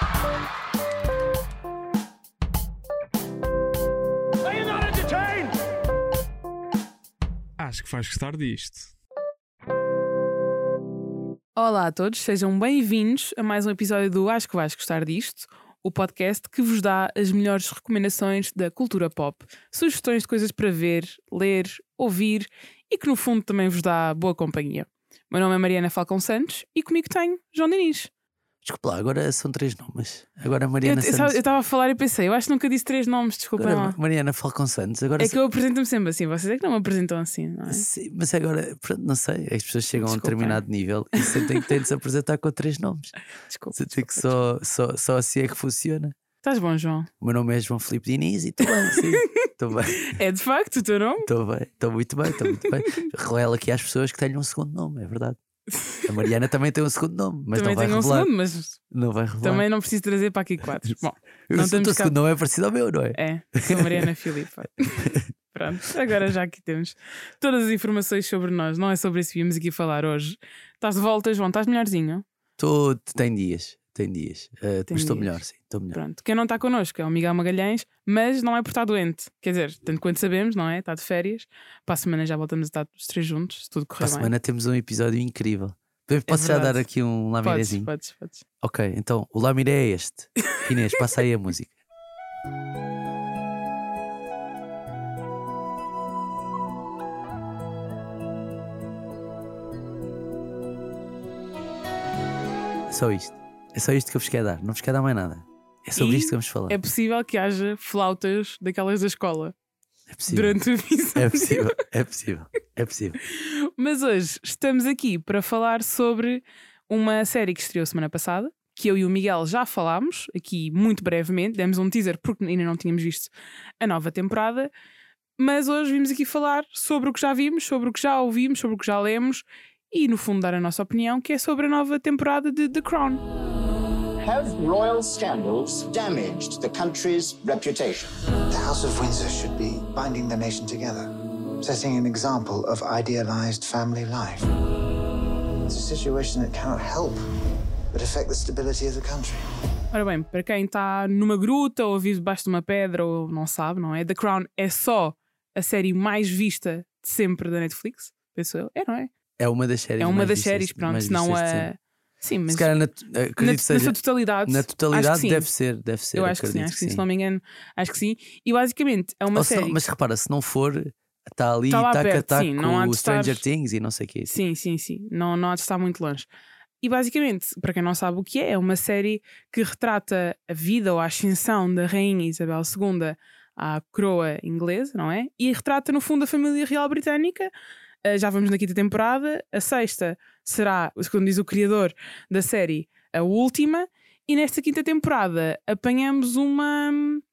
Are you not entertained? Acho que vais gostar disto. Olá a todos, sejam bem-vindos a mais um episódio do Acho que vais gostar disto, o podcast que vos dá as melhores recomendações da cultura pop, sugestões de coisas para ver, ler, ouvir e que no fundo também vos dá boa companhia. O meu nome é Mariana Falcão Santos e comigo tenho João Diniz. Desculpa lá, agora são 3 nomes. Agora Eu Mariana Santos. estava a falar e pensei, eu acho que nunca disse 3 nomes, desculpem lá. Agora Mariana Falcão Santos. Agora É que eu apresento-me sempre assim, vocês é que não me apresentam assim, não é? Sim, mas agora, pronto, não sei. As pessoas chegam a um Desculpa. determinado nível e sentem que têm de se apresentar com 3 nomes. Desculpa. Sentem que só assim é que funciona. Estás bom, João? O meu nome é João Filipe Diniz e estou bem, sim. Estou bem, É de facto o teu nome? estou bem, estou muito bem, estou muito bem. Revela aqui às pessoas que tenham um segundo nome, é verdade. A Mariana também tem um segundo nome, mas Também não vai tenho um revelar. segundo, mas Não vai revelar. também não preciso trazer para aqui 4. Bom, O não teu temos cá... segundo nome é parecido ao meu, não é? É, sou Mariana Filipe. Pronto, agora já aqui temos todas as informações sobre nós. Não é sobre isso que viemos aqui falar hoje. Estás de volta, João? Estás melhorzinho? Tem dias. Mas estou dias. melhor, sim, estou melhor. Pronto, quem não está connosco é o Miguel Magalhães, mas não é por estar doente. Quer dizer, tanto quanto sabemos, não é? Está de férias. Para a semana já voltamos a estar os 3 juntos, se tudo correr Para a bem. semana temos um episódio incrível. Posso já verdade. dar aqui um lamirezinho? Podes. Ok, então o lamiré é este. Inês, passa aí a música. É só isto. É só isto que eu vos quero dar. Não vos quero dar mais nada. É sobre E isto que vamos falar. É possível que haja flautas daquelas da escola É possível. durante o episódio. É possível. É possível. É possível. Mas hoje estamos aqui para falar sobre uma série que estreou semana passada, que eu e o Miguel já falámos aqui muito brevemente, demos um teaser porque ainda não tínhamos visto a nova temporada, mas hoje vimos aqui falar sobre o que já vimos, sobre o que já ouvimos, sobre o que já lemos e no fundo dar a nossa opinião, que é sobre a nova temporada de The Crown. Have royal scandals damaged the country's reputation? The House of Windsor should be binding the nation together, setting an example of idealized family life. It's a situation that cannot help but affect the stability of the country. Ora bem, para quem está numa gruta ou vive debaixo de uma pedra ou não sabe, não é? The Crown é só a série mais vista de sempre da Netflix, penso eu. É, não é? É uma das séries. É uma mais das vistas- séries, pronto, mais se não vistas de a... sempre. Sim, mas Se calhar acredito na que seja- sua totalidade. Na acho totalidade que sim. deve ser. Eu acho que acredito sim, se não me engano, acho que sim. E basicamente é uma Ou se não- série. mas repara, se não for, está ali, Está lá taca, perto, taca sim, com não há de o estar- Stranger Things e não sei o quê. Sim. Não há de estar muito longe. E basicamente, para quem não sabe o que é uma série que retrata a vida ou a ascensão da Rainha Isabel II à coroa inglesa, não é? E retrata, no fundo, a família real britânica. Já vamos na 5ª temporada. A 6ª será, segundo diz o criador da série, a última. E nesta 5ª temporada apanhamos uma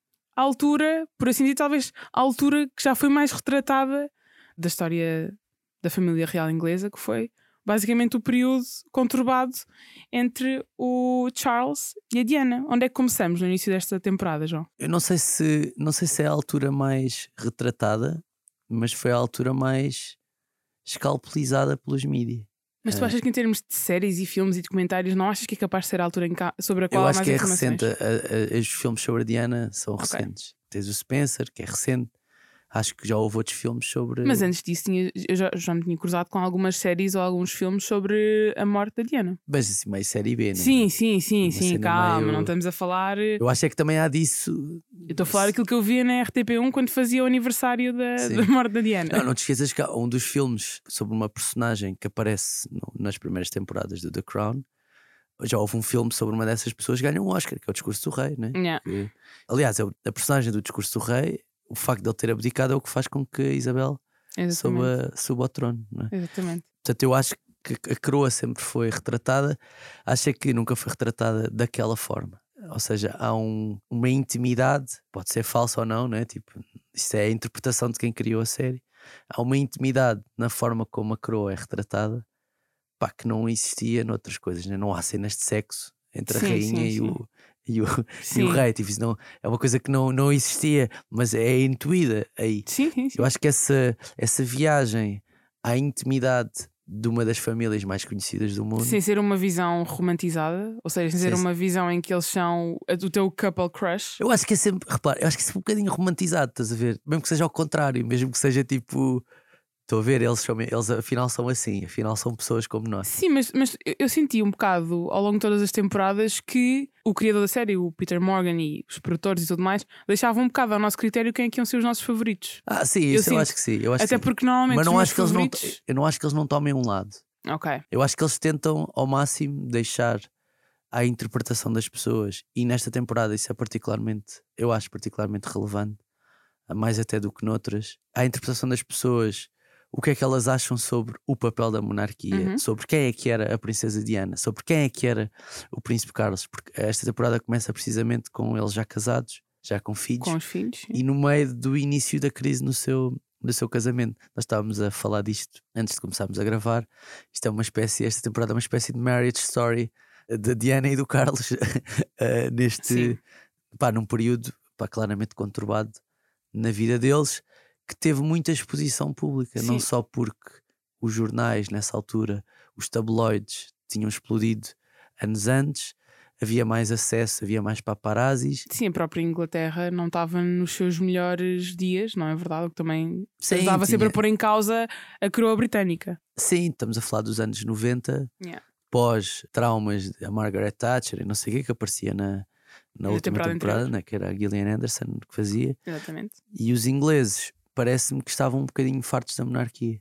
altura, por assim dizer, talvez a altura que já foi mais retratada da história da família real inglesa, que foi basicamente o período conturbado entre o Charles e a Diana. Onde é que começamos no início desta temporada, João? Eu não sei se é a altura mais retratada, mas foi a altura mais escalpelizada pelos mídias. Mas tu achas que em termos de séries e filmes e documentários não achas que é capaz de ser a altura sobre a qual Eu há acho mais que é informações? recente. Os filmes sobre a Diana são Ok. recentes. Tens o Spencer, que é recente. Acho que já houve outros filmes sobre. Mas antes disso eu já me tinha cruzado com algumas séries ou alguns filmes sobre a morte da Diana. Mas assim, meio série B, né? Sim, cena calma, meio- não estamos a falar... Eu acho é que também há disso. Eu estou a falar daquilo que eu via na RTP1 quando fazia o aniversário Sim. da morte da Diana. Não te esqueças que há um dos filmes sobre uma personagem que aparece nas primeiras temporadas de The Crown. Já houve um filme sobre uma dessas pessoas que ganha um Oscar, que é o Discurso do Rei, né? Yeah. Aliás, a personagem do Discurso do Rei, o facto de ele ter abdicado é o que faz com que a Isabel suba ao trono, não é? Exatamente. Portanto, eu acho que a coroa sempre foi retratada, acho é que nunca foi retratada daquela forma. Ou seja, há uma intimidade, pode ser falsa ou não, né? Tipo, isto é a interpretação de quem criou a série. Há uma intimidade na forma como a coroa é retratada, pá, que não existia noutras coisas, né? Não há cenas de sexo entre a rainha e o rei. Tipo, isso não, é uma coisa que não existia, mas é intuída aí. Sim. Eu acho que essa viagem à intimidade de uma das famílias mais conhecidas do mundo. Sem ser uma visão romantizada, ou seja, sem ser uma visão em que eles são o teu couple crush. Eu acho que é sempre, repara, eu acho que é um bocadinho romantizado, estás a ver? Mesmo que seja ao contrário, mesmo que seja tipo, estou a ver, eles afinal são assim, afinal são pessoas como nós. Sim, mas eu senti um bocado ao longo de todas as temporadas que o criador da série, o Peter Morgan e os produtores e tudo mais, deixavam um bocado ao nosso critério quem é que iam ser os nossos favoritos. Sim, isso eu acho que sim. Até porque normalmente mas não os acho que favoritos... eu não acho que eles não tomem um lado. Ok. Eu acho que eles tentam ao máximo deixar à interpretação das pessoas, e nesta temporada isso é particularmente, eu acho particularmente relevante, mais até do que noutras, à interpretação das pessoas. O que é que elas acham sobre o papel da monarquia, sobre quem é que era a princesa Diana, sobre quem é que era o príncipe Carlos, porque esta temporada começa precisamente com eles já casados, já com filhos, e no meio do início da crise no seu casamento. Nós estávamos a falar disto antes de começarmos a gravar. Isto é esta temporada é uma espécie de marriage story da Diana e do Carlos num período claramente conturbado na vida deles, que teve muita exposição pública. Sim. Não só porque os jornais nessa altura, os tabloides tinham explodido anos antes, havia mais acesso, havia mais paparazzis. Sim, a própria Inglaterra não estava nos seus melhores dias, não é verdade? O que também estava sempre a pôr em causa a coroa britânica. Sim, estamos a falar dos anos 90, pós-traumas da Margaret Thatcher e não sei o que aparecia na última temporada, né, que era a Gillian Anderson que fazia. Exatamente. E os ingleses parece-me que estavam um bocadinho fartos da monarquia.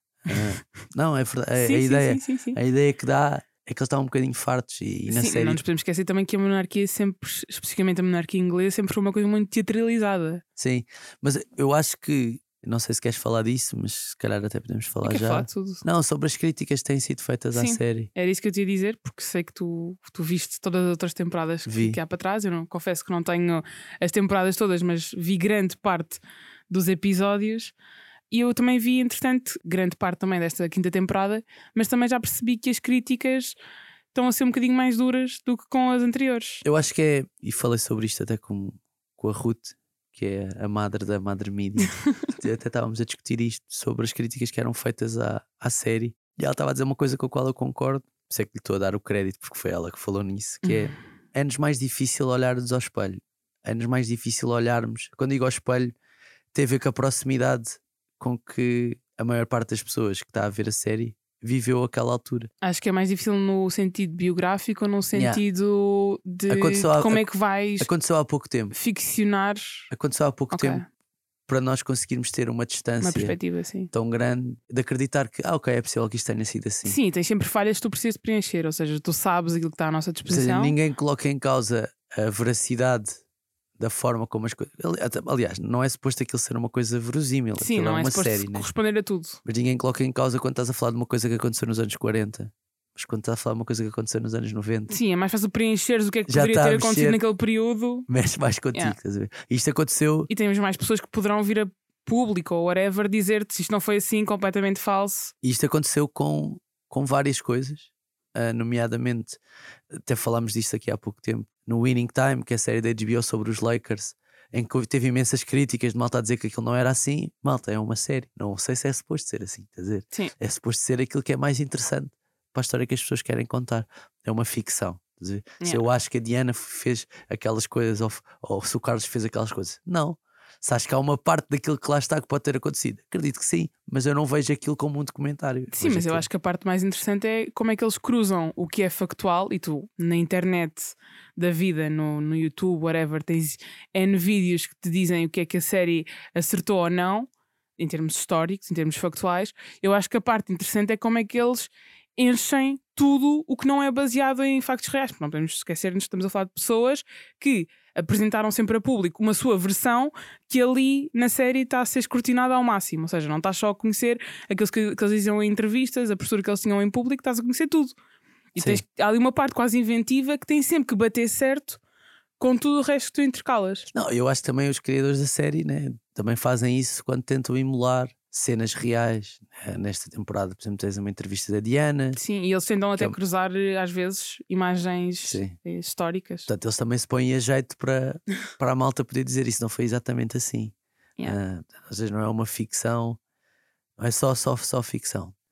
Não, é verdade. A ideia que dá é que eles estavam um bocadinho fartos e na série... Não nos podemos esquecer também que a monarquia sempre, especificamente a monarquia inglesa, sempre foi uma coisa muito teatralizada. Sim, mas eu acho que, não sei se queres falar disso, mas se calhar até podemos falar já. Falar tudo. Não, sobre as críticas que têm sido feitas à série. Era isso que eu te ia dizer, porque sei que tu viste todas as outras temporadas que há para trás. Eu não confesso que não tenho as temporadas todas, mas vi grande parte dos episódios. E eu também vi, entretanto, grande parte também desta quinta temporada, mas também já percebi que as críticas estão a ser um bocadinho mais duras do que com as anteriores. Eu acho que é, e falei sobre isto até com a Ruth, que é a madre da Madre Mídia. Até estávamos a discutir isto, sobre as críticas que eram feitas à série. E ela estava a dizer uma coisa com a qual eu concordo, sei que lhe estou a dar o crédito porque foi ela que falou nisso, que é-nos mais difícil olhar-nos ao espelho. É-nos mais difícil olharmos, quando digo ao espelho, tem a ver com a proximidade com que a maior parte das pessoas que está a ver a série viveu aquela altura. Acho que é mais difícil no sentido biográfico ou no sentido de como é que vais... Aconteceu há pouco tempo. Ficcionar... Aconteceu há pouco tempo para nós conseguirmos ter uma distância, uma perspectiva tão grande de acreditar que é possível que isto tenha sido assim. Sim, tens sempre falhas que tu precisas preencher, ou seja, tu sabes aquilo que está à nossa disposição. Ou seja, ninguém coloca em causa a veracidade da forma como as coisas... Aliás, não é suposto aquilo ser uma coisa verosímil. Sim, não é uma suposto série, corresponder a tudo. Mas ninguém coloca em causa quando estás a falar de uma coisa que aconteceu nos anos 40. Mas quando estás a falar de uma coisa que aconteceu nos anos 90... Sim, é mais fácil preencheres o que é que poderia ter acontecido naquele período. Mexe mais contigo, estás a ver? Isto aconteceu... E temos mais pessoas que poderão vir a público ou whatever dizer-te se isto não foi assim, completamente falso. E isto aconteceu com várias coisas. Nomeadamente, até falámos disto aqui há pouco tempo, no Winning Time, que é a série da HBO sobre os Lakers, em que teve imensas críticas de malta a dizer que aquilo não era assim. Malta, é uma série, não sei se é suposto ser assim, estás a dizer? Sim. É suposto ser aquilo que é mais interessante para a história que as pessoas querem contar. É uma ficção, estás a dizer? Se eu acho que a Diana fez aquelas coisas ou se o Carlos fez aquelas coisas, não. Se acho que há uma parte daquilo que lá está que pode ter acontecido, acredito que sim, mas eu não vejo aquilo como um documentário. Sim, mas eu acho que a parte mais interessante é como é que eles cruzam o que é factual. E tu, na internet da vida, no YouTube, whatever, tens N vídeos que te dizem o que é que a série acertou ou não, em termos históricos, em termos factuais. Eu acho que a parte interessante é como é que eles enchem tudo o que não é baseado em factos reais. Porque não podemos esquecer-nos que estamos a falar de pessoas que apresentaram sempre a público uma sua versão que ali na série está a ser escrutinada ao máximo. Ou seja, não estás só a conhecer aqueles que eles diziam em entrevistas, a postura que eles tinham em público, estás a conhecer tudo. E tens ali uma parte quase inventiva que tem sempre que bater certo com tudo o resto que tu intercalas. Não, eu acho que também os criadores da série, né, também fazem isso quando tentam emular cenas reais. Nesta temporada, por exemplo, tens uma entrevista da Diana. Sim, e eles tentam até cruzar às vezes imagens históricas. Portanto, eles também se põem a jeito para a malta poder dizer isso não foi exatamente assim. Ou seja, não é uma ficção, não é só ficção.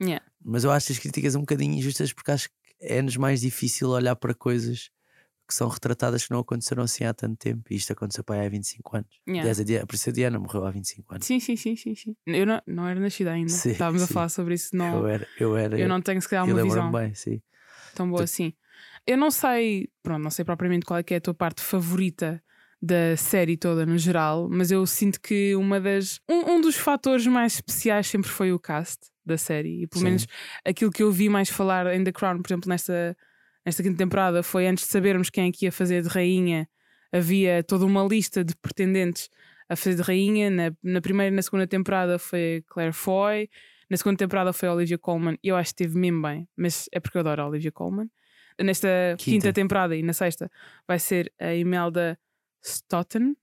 Yeah. Mas eu acho as críticas um bocadinho injustas porque acho que é-nos mais difícil olhar para coisas que são retratadas que não aconteceram assim há tanto tempo. E isto aconteceu para aí há 25 anos. Yeah. Por isso a Diana morreu há 25 anos. Sim. Eu não era nascida ainda. Sim, Estávamos a sim. falar sobre isso. Não, Eu era. eu não tenho se calhar Eu uma lembro-me visão bem, sim. tão boa assim. Eu não sei propriamente qual é que é a tua parte favorita da série toda no geral, mas eu sinto que um dos fatores mais especiais sempre foi o cast da série. E pelo Sim. menos aquilo que eu vi mais falar em The Crown, por exemplo, nesta quinta temporada, foi antes de sabermos quem é que ia fazer de rainha. Havia toda uma lista de pretendentes a fazer de rainha. Na primeira e na segunda temporada foi Claire Foy, na segunda temporada foi a Olivia Colman. E eu acho que esteve mesmo bem, mas é porque eu adoro a Olivia Colman. Nesta quinta temporada e na sexta vai ser a Imelda Staunton,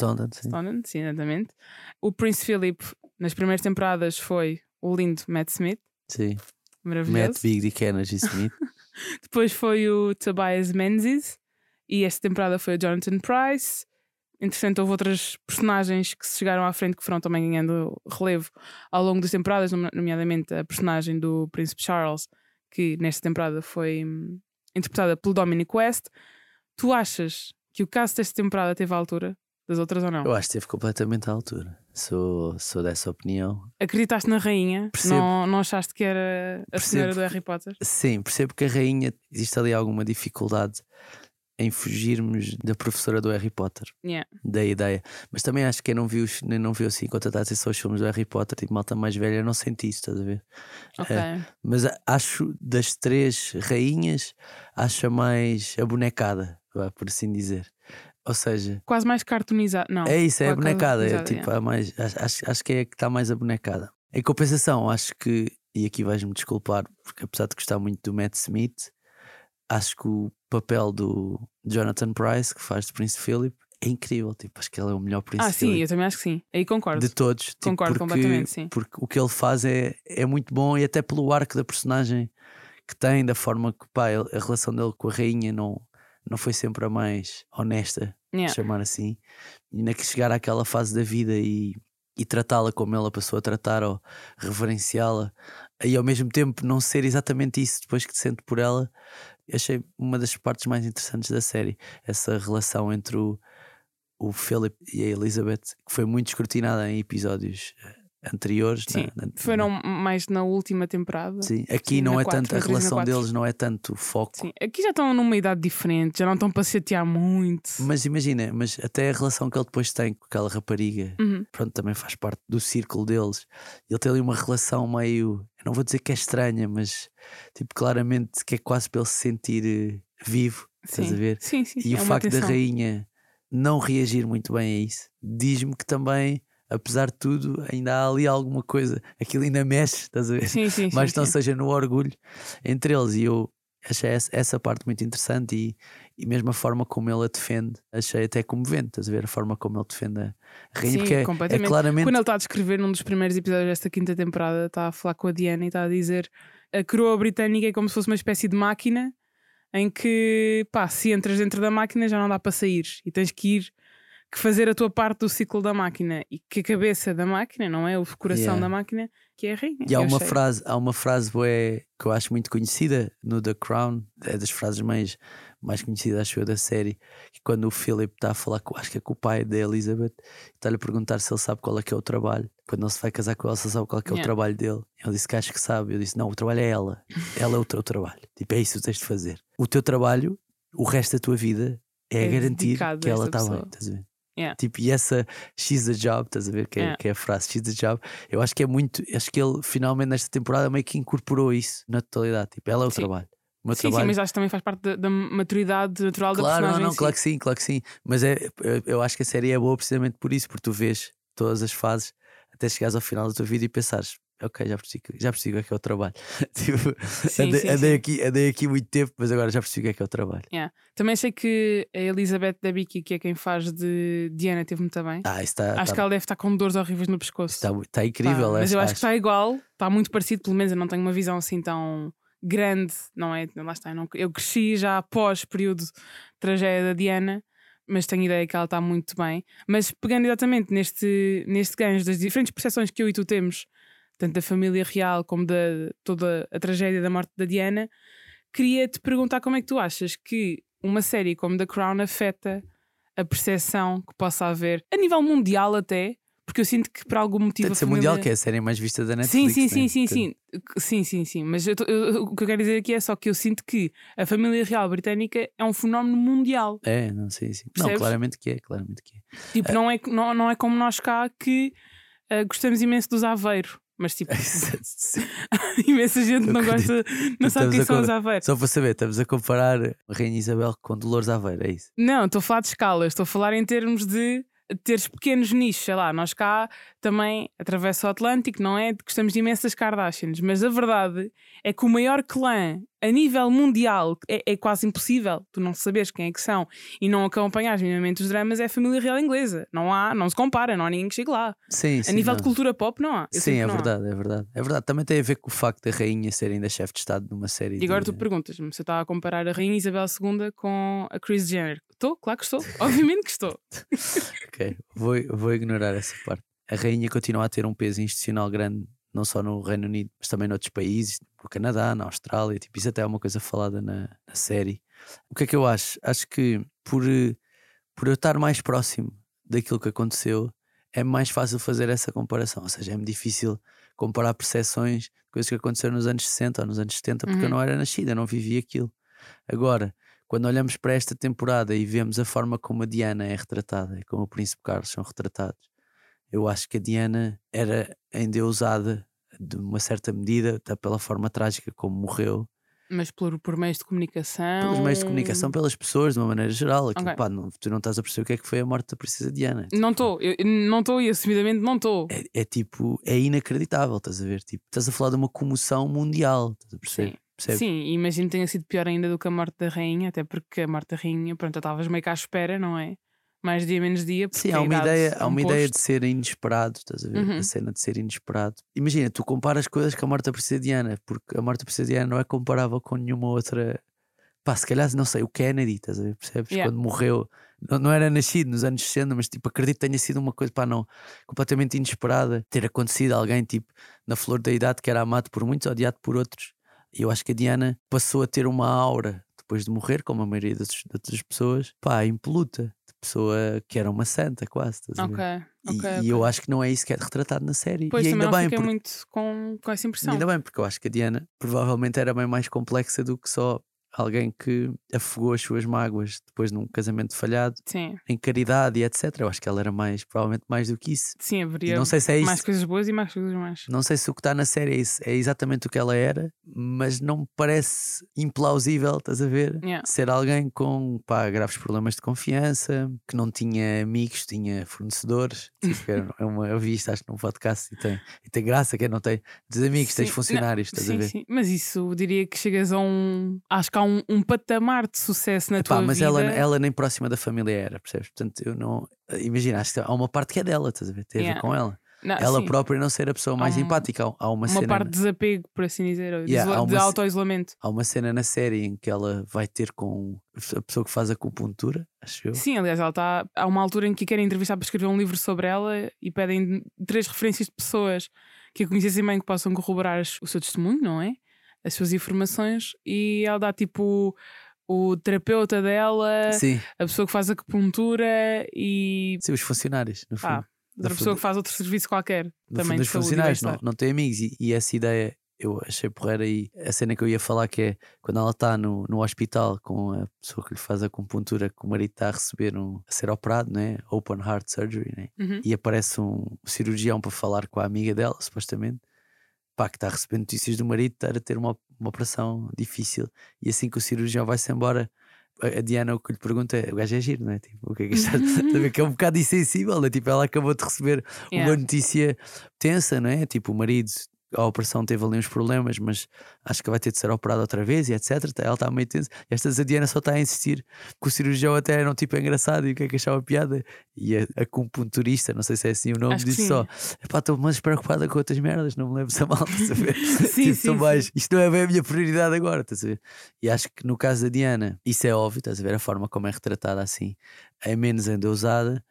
sim, exatamente. O Prince Philip nas primeiras temporadas foi o lindo Matt Smith. Sim. Maravilhoso. Matt Big Dick Energy Smith. Depois foi o Tobias Menzies e esta temporada foi o Jonathan Pryce. Entretanto, houve outras personagens que se chegaram à frente que foram também ganhando relevo ao longo das temporadas, nomeadamente a personagem do Príncipe Charles, que nesta temporada foi interpretada pelo Dominic West. Tu achas que o cast desta temporada teve à altura das outras ou não? Eu acho que esteve completamente à altura. Sou dessa opinião. Acreditaste na rainha? Percebo. Não achaste que era a senhora do Harry Potter? Sim, percebo que a rainha, existe ali alguma dificuldade em fugirmos da professora do Harry Potter, da ideia. Mas também acho que quem não viu assim quando está a dizer só os filmes do Harry Potter, tipo malta mais velha, não senti isso, estás a ver? Ok. Mas acho das três rainhas, acho a mais abonecada, por assim dizer. Ou seja, quase mais cartoonizada. Não, é isso, é quase abonecada. É cartoonizada, tipo a mais, acho que é a que está mais abonecada. Em compensação, acho que, e aqui vais-me desculpar, porque apesar de gostar muito do Matt Smith, acho que o papel do Jonathan Pryce, que faz de Prince Philip, é incrível. Tipo, acho que ele é o melhor Prince Philip. Sim, eu também acho que sim. Aí concordo. De todos. Tipo, Concordo completamente, sim. Porque o que ele faz é muito bom, e até pelo arco da personagem que tem, da forma que a relação dele com a rainha não foi sempre a mais honesta, chamar assim. E na que chegar àquela fase da vida e tratá-la como ela passou a tratar, ou reverenciá-la, e ao mesmo tempo não ser exatamente isso depois que te sente por ela, achei uma das partes mais interessantes da série. Essa relação entre o Philip e a Elizabeth, que foi muito escrutinada em episódios anteriores. Sim, foram mais na última temporada. Sim, aqui não é tanto, a relação deles não é tanto foco. Sim, aqui já estão numa idade diferente, já não estão para se chatear muito. Mas imagina, até a relação que ele depois tem com aquela rapariga, pronto, também faz parte do círculo deles. Ele tem ali uma relação meio, eu não vou dizer que é estranha, mas tipo, claramente que é quase para ele se sentir vivo. Sim. Estás a ver? Sim, e o facto da rainha não reagir muito bem a isso diz-me que também, apesar de tudo, ainda há ali alguma coisa, aquilo ainda mexe, estás a ver? Sim, mas não seja no orgulho entre eles. E eu achei essa parte muito interessante, e mesmo a forma como ele a defende, achei até comovente, estás a ver? A forma como ele defende a rainha. Sim, porque é claramente. Quando ele está a descrever num dos primeiros episódios desta quinta temporada, está a falar com a Diana e está a dizer: a coroa britânica é como se fosse uma espécie de máquina em que, se entras dentro da máquina já não dá para sair e tens que fazer a tua parte do ciclo da máquina, e que a cabeça da máquina, não é o coração da máquina, que é a rainha. E há uma frase bué, que eu acho muito conhecida no The Crown, é das frases mais conhecidas, acho eu, da série, que quando o Philip está a falar acho que é com o pai da Elizabeth, está-lhe a perguntar se ele sabe qual é que é o trabalho, quando ele se vai casar com ela, se ele sabe qual é que é o trabalho dele. Ele disse que acho que sabe. Eu disse: não, o trabalho é ela é o teu trabalho, tipo, é isso que tens de fazer. O teu trabalho, o resto da tua vida é garantir que ela está bem, estás a ver? Tipo, e essa she's the job, estás a ver? Que é a frase she's the job. Eu acho que é muito. Acho que ele finalmente nesta temporada meio que incorporou isso na totalidade. Tipo, ela é o trabalho. Sim, mas acho que também faz parte da maturidade natural da personagem. Claro que sim. Mas eu acho que a série é boa precisamente por isso, porque tu vês todas as fases até chegares ao final da tua vida e pensares: ok, já percebi o que é o trabalho. Tipo, andei aqui muito tempo, mas agora já percebi o que é o trabalho. Também sei que a Elizabeth Debicki, que é quem faz de Diana, teve muito bem. Acho que ela deve estar com dores horríveis no pescoço. Está incrível. Mas eu acho que está igual, está muito parecido, pelo menos eu não tenho uma visão assim tão grande, não é? Lá está, eu cresci já após o período de tragédia da Diana, mas tenho ideia que ela está muito bem. Mas pegando exatamente neste ganho das diferentes percepções que eu e tu temos tanto da família real como da toda a tragédia da morte da Diana, queria te perguntar como é que tu achas que uma série como The Crown afeta a percepção que possa haver a nível mundial até, porque eu sinto que por algum motivo Tem de ser mundial, que é a série mais vista da Netflix. Sim. Mas o que eu quero dizer aqui é só que eu sinto que a família real britânica é um fenómeno mundial. Não, sim. Percebes? Não, claramente que é. Tipo, não é como nós cá que gostamos imenso dos Aveiro. Mas tipo, imensa gente não gosta, não sabe quem são os Aveiro. Só para saber, estamos a comparar a Rainha Isabel com Dolores Aveiro, é isso? Não, estou a falar de escalas, estou a falar em termos de teres pequenos nichos, sei lá, nós cá também atravessa o Atlântico, não é? Gostamos de imensas Kardashians, mas a verdade é que o maior clã a nível mundial é quase impossível tu não saberes quem é que são e não acompanhares minimamente os dramas, é a família real inglesa. Não se compara, não há ninguém que chegue lá. Sim, a nível de cultura pop não há. Sim, é verdade. É verdade. Também tem a ver com o facto da rainha ser ainda chefe de Estado numa série. E agora tu perguntas-me se eu estava a comparar a Rainha Isabel II com a Kris Jenner. Estou? Claro que estou. Obviamente que estou. Ok, vou ignorar essa parte. A rainha continua a ter um peso institucional grande, não só no Reino Unido, mas também noutros países, no Canadá, na Austrália. Tipo, isso até é uma coisa falada na série. O que é que eu acho? Acho que por eu estar mais próximo daquilo que aconteceu, é mais fácil fazer essa comparação. Ou seja, é muito difícil comparar percepções de coisas que aconteceram nos anos 60 ou nos anos 70, porque eu não era nascida, eu não vivi aquilo. Agora, quando olhamos para esta temporada e vemos a forma como a Diana é retratada e como o Príncipe Carlos são retratados, eu acho que a Diana era endeusada de uma certa medida, até pela forma trágica como morreu. Mas por meios de comunicação? Pelos meios de comunicação, pelas pessoas, de uma maneira geral. Aquilo, Okay. pá, tu não estás a perceber o que é que foi a morte da Princesa Diana. Não estou, não estou e assumidamente não estou. É tipo, é inacreditável, estás a ver? Tipo, estás a falar de uma comoção mundial, estás a perceber? Percebes? Sim, e imagino que tenha sido pior ainda do que a morte da rainha, até porque a morte da rainha, pronto, estavas meio que à espera, não é? Mais dia, menos dia. Sim, há uma ideia de ser inesperado, estás a ver? A cena de ser inesperado. Imagina, tu comparas coisas com a morte da Princesa Diana, porque a morte da Princesa Diana não é comparável com nenhuma outra. Pá, se calhar, não sei, o Kennedy, estás a ver? Percebes? Yeah. Quando morreu, não era nascido nos anos 60, mas tipo, acredito que tenha sido uma coisa, pá, não, completamente inesperada ter acontecido a alguém, tipo, na flor da idade, que era amado por muitos, odiado por outros. E eu acho que a Diana passou a ter uma aura depois de morrer, como a maioria das outras pessoas, pá, impoluta, de pessoa que era uma santa quase, estás a ver? E eu acho que não é isso que é retratado na série. Pois, e também ainda não bem, fiquei muito com essa impressão. Ainda bem, porque eu acho que a Diana provavelmente era bem mais complexa do que só alguém que afogou as suas mágoas depois de um casamento falhado. Sim. Em caridade e etc. Eu acho que ela era provavelmente mais do que isso. Sim, haveria não sei se é isso. mais coisas boas e mais coisas más. Não sei se o que está na série é isso, é exatamente o que ela era, mas não me parece implausível, estás a ver? Yeah. Ser alguém com graves problemas de confiança, que não tinha amigos, tinha fornecedores. Tipo, eu vi isto, acho que num podcast e tem graça, quem não tem dos amigos, tens funcionários, estás a ver? Sim, mas isso eu diria que chegas a acho que há um patamar de sucesso na tua mas vida. ela nem próxima da família era, percebes? Portanto, eu não. Imagina, acho que há uma parte que é dela, estás a ver? Tem a ver com ela. Não, ela sim. própria não ser a pessoa mais empática. Há uma cena. Uma parte de desapego, por assim dizer, de auto-isolamento. Há uma cena na série em que ela vai ter com a pessoa que faz a acupuntura, acho eu. Sim, aliás, há uma altura em que querem entrevistar para escrever um livro sobre ela e pedem 3 referências de pessoas que a conhecessem bem, que possam corroborar o seu testemunho, não é? As suas informações, e ela dá tipo o terapeuta dela, Sim. a pessoa que faz acupuntura e. Sim, os funcionários, no fundo. Outra pessoa que faz outro serviço qualquer. No também fundo, de os saúde funcionários não têm amigos, e essa ideia eu achei porreira. E a cena que eu ia falar, que é quando ela está no hospital com a pessoa que lhe faz a acupuntura, que o marido está a receber a ser operado, né? Open Heart Surgery, né? E aparece um cirurgião para falar com a amiga dela, supostamente, que está a receber notícias do marido estar a ter uma operação difícil, e assim que o cirurgião vai-se embora, a Diana o que lhe pergunta é: o gajo é giro, não é? Tipo, o que é que está a ver? Que é um bocado insensível, não é? Tipo, ela acabou de receber uma notícia tensa, não é? Tipo, o marido, a operação teve ali uns problemas, mas acho que vai ter de ser operado outra vez e etc. Ela está meio tensa, e a Diana só está a insistir que o cirurgião até era um tipo engraçado e o que é que achava piada, e a acupunturista, não sei se é assim o nome, disse só: estou mais preocupada com outras merdas, não me leves a mal, estás a ver? Sim, isto não é bem a minha prioridade agora, estás a ver? E acho que no caso da Diana isso é óbvio, estás a ver? A forma como é retratada assim é menos endeusada,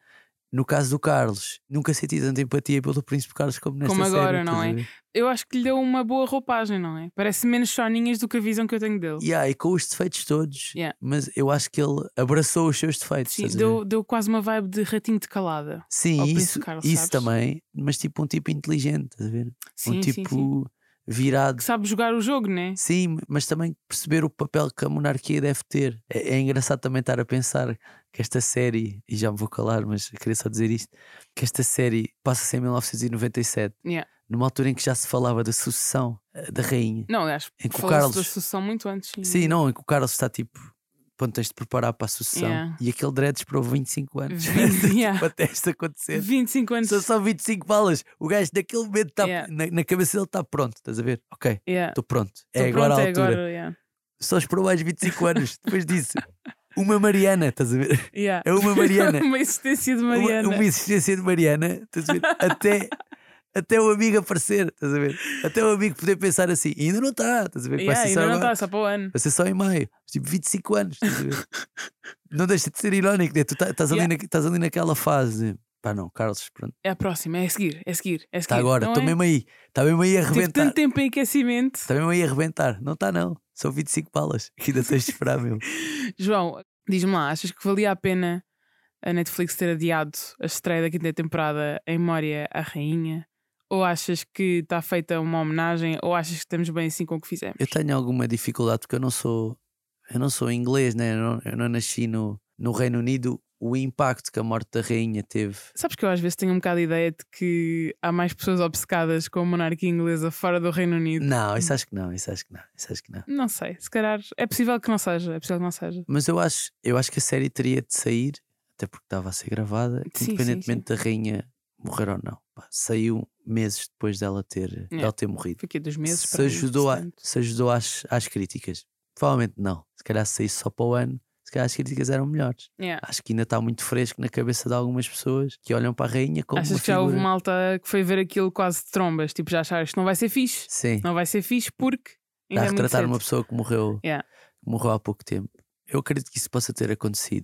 no caso do Carlos, nunca senti tanta empatia pelo Príncipe Carlos como nesta Como agora, série, não estás a é? ver? Eu acho que lhe deu uma boa roupagem, não é? Parece menos soninhas do que a visão que eu tenho dele. E com os defeitos todos, Yeah. mas eu acho que ele abraçou os seus defeitos. Sim, estás a ver? deu quase uma vibe de ratinho de calada. Sim, ao isso, Príncipe Carlos, isso sabes? também, mas tipo um tipo inteligente, estás a ver? Sim, um sim, tipo sim. virado. Que sabe jogar o jogo, né? Sim, mas também perceber o papel que a monarquia deve ter. É engraçado também estar a pensar que esta série, e já me vou calar, mas queria só dizer isto, que esta série passa-se em 1997, Yeah. numa altura em que já se falava da sucessão da rainha. Não, eu acho Em que que o falou-se Carlos- da sucessão muito antes. Sim, não, em que o Carlos está tipo, quando tens de preparar para a sucessão, Yeah. e aquele dread esperou 25 anos Yeah. tipo, até isto acontecer. 25 anos. São só 25 balas. O gajo naquele momento está Yeah. na cabeça dele está pronto, estás a ver? Ok, Yeah. estou pronto. Tô É agora pronto, a altura. agora, yeah. Só esperou mais 25 anos depois disso. Uma Mariana, estás a ver? Yeah. É uma Mariana. Uma existência de Mariana. Uma existência de Mariana, estás a ver? Até o amigo aparecer, estás a ver? Até o amigo poder pensar assim, ainda não está, estás a ver? Yeah, Vai ser ainda só não agora. está, só para o ano. Vai ser só em maio, tipo 25 anos, estás a ver? Não deixa de ser irónico, né? Tu estás ali, Yeah. estás ali naquela fase. Pá, não, Carlos, pronto, É a próxima, é a seguir, é a seguir. É a seguir. está agora, Não estou é? mesmo aí, está mesmo aí a Tive arrebentar. tanto tempo em aquecimento. Está mesmo aí a arrebentar. Não está, não. São 25 balas. Ainda tens de esperar, meu. João, diz-me lá, achas que valia a pena a Netflix ter adiado a estreia da quinta temporada em memória à rainha? Ou achas que está feita uma homenagem? Ou achas que estamos bem assim com o que fizemos? Eu tenho alguma dificuldade porque eu não sou inglês, né? Eu não nasci no Reino Unido. O impacto que a morte da rainha teve. Sabes que eu às vezes tenho um bocado a ideia de que há mais pessoas obcecadas com a monarquia inglesa fora do Reino Unido. Não, isso acho que não. Isso acho que não. Não sei, se calhar é possível que não seja. É possível que não seja. Mas eu acho que a série teria de sair, até porque estava a ser gravada, Sim, independentemente da rainha morrer ou não. Pá, saiu meses depois dela ter morrido. Foi aqui 2 meses. Se para aí, ajudou às críticas. Provavelmente não. Se calhar se saísse só para o ano, se calhar as críticas eram melhores. Yeah. Acho que ainda está muito fresco na cabeça de algumas pessoas que olham para a rainha como Achas uma que já houve figura. malta que foi ver aquilo quase de trombas? Tipo, já acharam isto não vai ser fixe? Sim, Não vai ser fixe porque está ainda a é muito retratar cedo. uma pessoa que morreu, Yeah. há pouco tempo. Eu acredito que isso possa ter acontecido.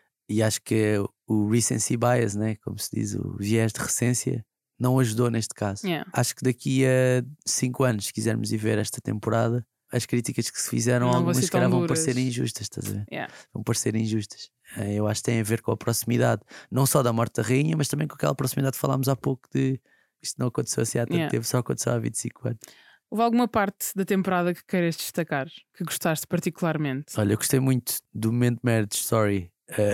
E acho que o recency bias, né? Como se diz, o viés de recência, não ajudou neste caso. Yeah. Acho que daqui a 5 anos, se quisermos ir ver esta temporada, as críticas que se fizeram, Não vão algumas ser se calhar tão vão duras. parecer injustas, estás a ver? Yeah. Vão parecer injustas. Eu acho que tem a ver com a proximidade, não só da morte da rainha, mas também com aquela proximidade que falámos há pouco de isto não aconteceu assim há tanto Yeah. tempo, só aconteceu há 25 anos. Houve alguma parte da temporada que queiras destacar? Que gostaste particularmente? Olha, eu gostei muito do momento Marriage Story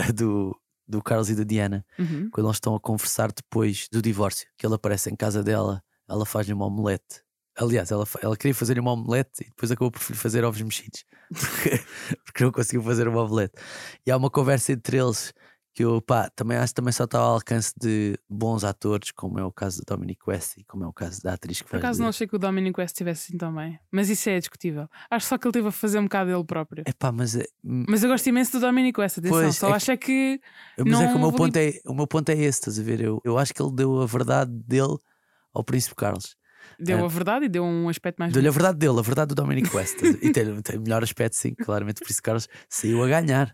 do Carlos e da Diana, Uhum. quando eles estão a conversar depois do divórcio, que ele aparece em casa dela, ela faz-lhe uma omelete. Aliás, ela queria fazer-lhe uma omelete e depois acabou por fazer ovos mexidos porque não conseguiu fazer uma omelete. E há uma conversa entre eles que eu também acho que também só está ao alcance de bons atores, como é o caso do Dominic West e como é o caso da atriz que Por faz. acaso não achei que o Dominic West estivesse assim tão bem. Mas isso é discutível. Acho só que ele teve a fazer um bocado dele próprio. Mas eu gosto imenso do Dominic West, atenção. Pois, Só acho que Mas não é que o vale- meu ponto é esse, estás a ver? Eu acho que ele deu a verdade dele ao Príncipe Carlos. deu a verdade e deu um aspecto mais Deu-lhe a verdade dele, a verdade do Dominic West. E tem melhor aspecto, sim, claramente. O Príncipe Carlos saiu a ganhar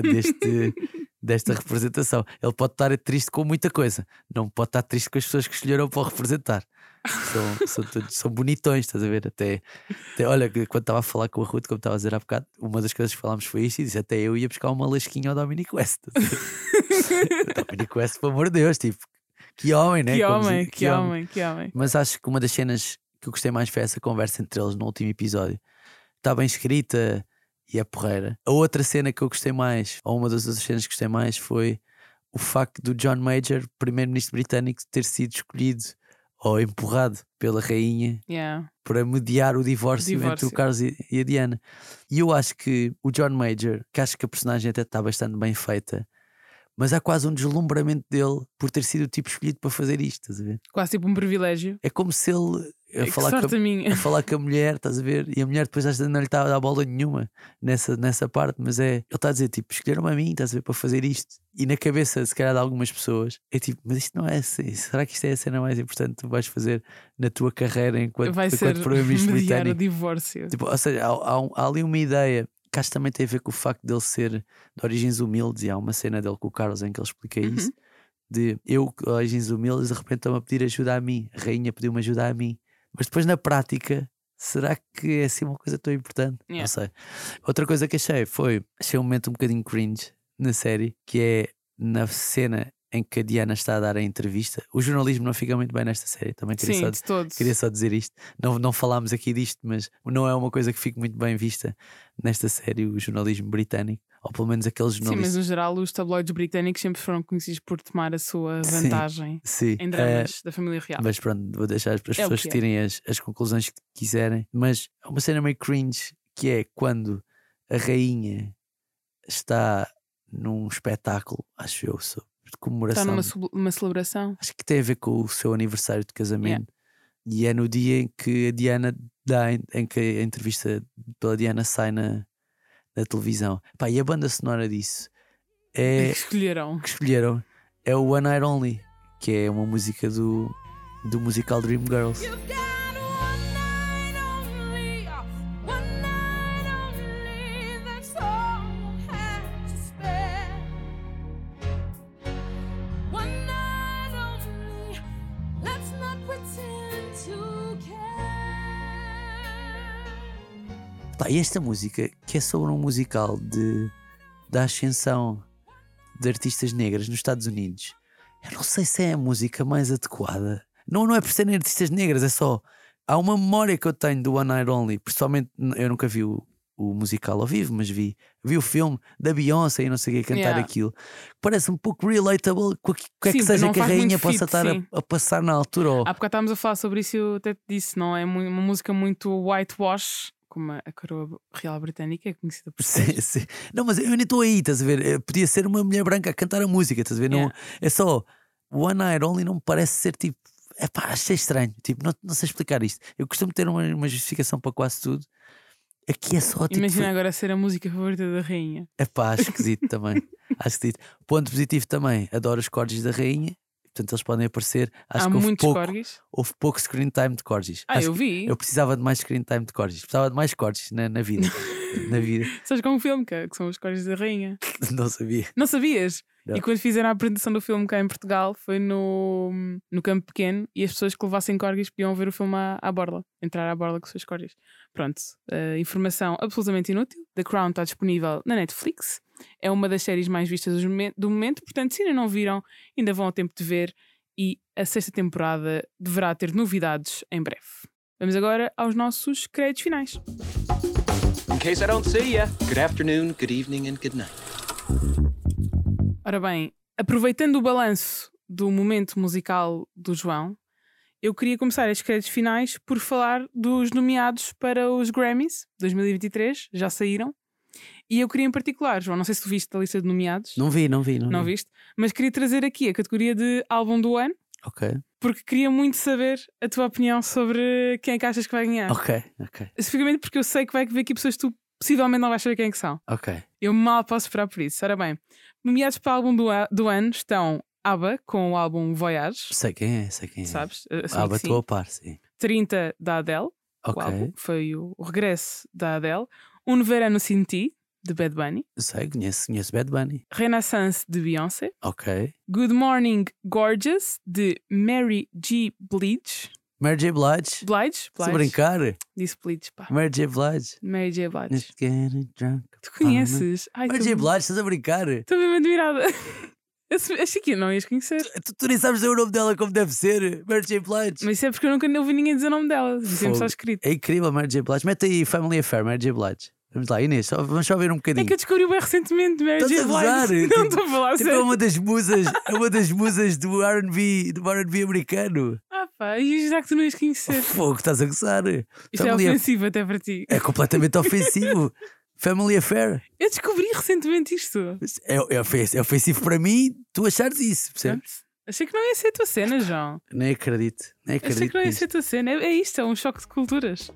desta representação. Ele pode estar triste com muita coisa, não pode estar triste com as pessoas que escolheram para o representar. São bonitões, estás a ver? Até olha, quando estava a falar com a Ruth, como estava a dizer há bocado, uma das coisas que falámos foi isto, e disse até eu ia buscar uma lasquinha ao Dominic West. O Dominic West, pelo amor de Deus, tipo, que homem, né? Que homem. Mas acho que uma das cenas que eu gostei mais foi essa conversa entre eles no último episódio. Está bem escrita e é porreira. A outra cena que eu gostei mais, ou uma das outras cenas que gostei mais, foi o facto do John Major, primeiro-ministro britânico, ter sido escolhido ou empurrado pela rainha Yeah. para mediar o divórcio entre o Carlos e a Diana. E eu acho que o John Major, que acho que a personagem até está bastante bem feita, mas há quase um deslumbramento dele por ter sido o tipo escolhido para fazer isto, estás a ver? Quase tipo um privilégio. É como se ele a Que falar, sorte a minha. a falar com a mulher, estás a ver? E a mulher depois às vezes não lhe está a dar bola nenhuma nessa parte, mas ele está a dizer tipo, escolheram-me a mim, estás a ver, para fazer isto. E na cabeça, se calhar, de algumas pessoas, é tipo, mas isto não é assim. Será que isto é a cena mais importante que tu vais fazer na tua carreira enquanto primeiro-ministro mediar o britânico? divórcio. Tipo, ou seja, há ali uma ideia que acho que também tem a ver com o facto dele ser de origens humildes, e há uma cena dele com o Carlos em que ele explica isso, de eu, origens humildes, de repente estão a pedir ajuda a mim. A rainha pediu-me ajuda a mim. Mas depois na prática, será que é assim uma coisa tão importante? Yeah. Não sei. Outra coisa que achei um momento um bocadinho cringe na série, que é na cena em que a Diana está a dar a entrevista. O jornalismo não fica muito bem nesta série. Também queria, Sim, de todos. queria só dizer isto. Não falámos aqui disto, mas não é uma coisa que fique muito bem vista nesta série, o jornalismo britânico. Ou pelo menos aqueles Sim, mas jornalistas. no geral os tabloides britânicos sempre foram conhecidos por tomar a sua Sim, vantagem sim. em dramas da família real. Mas pronto, vou deixar as pessoas que é. tirem as conclusões que quiserem. Mas há uma cena meio cringe, que é quando a rainha está num espetáculo, acho eu, sobre de comemoração. Está numa celebração. Acho que tem a ver com o seu aniversário de casamento. E é no dia em que a Diana em que a entrevista pela Diana sai na televisão. Pá, e a banda sonora disso Que escolheram. que escolheram é o One Night Only, que é uma música do musical Dreamgirls. Pá, e esta música, que é sobre um musical da ascensão de artistas negras nos Estados Unidos, eu não sei se é a música mais adequada. Não é por serem artistas negras, é só. Há uma memória que eu tenho do One Night Only. Pessoalmente, eu nunca vi o musical ao vivo, mas vi o filme da Beyoncé e não sei o que cantar aquilo. Parece um pouco relatable com o que é que seja que a rainha possa estar a passar na altura. Há bocado estávamos a falar sobre isso e eu até te disse, não é uma música muito whitewash, como a coroa real britânica é conhecida por ser. Sim. Não, mas eu nem estou aí, estás a ver? Podia ser uma mulher branca a cantar a música, estás a ver? Não, é só One Night Only, não me parece ser tipo. É pá, achei estranho. Tipo, não sei explicar isto. Eu costumo ter uma justificação para quase tudo. Aqui é só tipo. Imagina agora ser a música favorita da rainha. É pá, acho esquisito também. Acho esquisito. Ponto positivo também, adoro os corgis da rainha. Portanto, eles podem aparecer. Acho Há que muitos corgis. houve pouco screen time de corgis. Eu vi. Eu precisava de mais screen time de corgis. Precisava de mais corgis na vida. Na vida. Sabes com um filme que são os corgis da rainha? Não sabia. Não sabias? Não. E quando fizeram a apresentação do filme cá em Portugal foi no Campo Pequeno e as pessoas que levassem corgis podiam ver o filme à borla, entrar à borla com os seus corgis. Pronto, informação absolutamente inútil. The Crown está disponível na Netflix, é uma das séries mais vistas do momento, portanto se ainda não viram ainda vão ao tempo de ver e a 6ª temporada deverá ter novidades em breve. Vamos agora aos nossos créditos finais. In case I don't see ya, good afternoon, good evening, and good night. Ora bem, aproveitando o balanço do momento musical do João, eu queria começar estes créditos finais por falar dos nomeados para os Grammys 2023, já saíram. E eu queria em particular, João, não sei se tu viste a lista de nomeaados. Não vi. Não viste? Mas queria trazer aqui a categoria de álbum do ano. Ok. Porque queria muito saber a tua opinião sobre quem é que achas que vai ganhar. Ok. Especificamente porque eu sei que vai haver aqui pessoas que tu possivelmente não vais saber quem é que são. Ok. Eu mal posso esperar por isso. Ora bem, nomeados para o álbum do ano estão ABBA com o álbum Voyage. Sei quem é. Sabes? ABBA estou a par, sim. 30 da Adele. Ok. O álbum foi o regresso da Adele. Um Verano Sin Ti, de Bad Bunny. Sei, conheço Bad Bunny. Renaissance, de Beyoncé. Ok. Good Morning Gorgeous, de Mary J. Blige. Mary J. Blige. Estás a brincar? Disse Blige, pá. Mary J. Blige. Mary J. Blige. Just getting drunk. Tu conheces? Ai, Mary J. Blige, estás a brincar? Estou mesmo admirada. Achei que não ias conhecer. Tu nem sabes dizer o nome dela como deve ser. Mary J. Blige. Mas isso é porque eu nunca ouvi ninguém dizer o nome dela. Sempre só escrito. É incrível, Mary J. Blige. Mete aí Family Affair, Mary J. Blige. Vamos lá, Inês, vamos só ver um bocadinho. É que eu descobri bem recentemente Mary J. Blige. Não estou a falar tipo, sério. é uma das musas do R&B americano. Ah pá, e já que tu não ias conhecer. Fogo, estás a gozar. Isto é ofensivo até para ti. É completamente ofensivo. Family Affair. Eu descobri recentemente isto. É ofensivo para mim tu achares isso, percebes? Achei que não ia ser a tua cena, João. Nem acredito. Achei que não ia ser a tua cena. É isto, é um choque de culturas.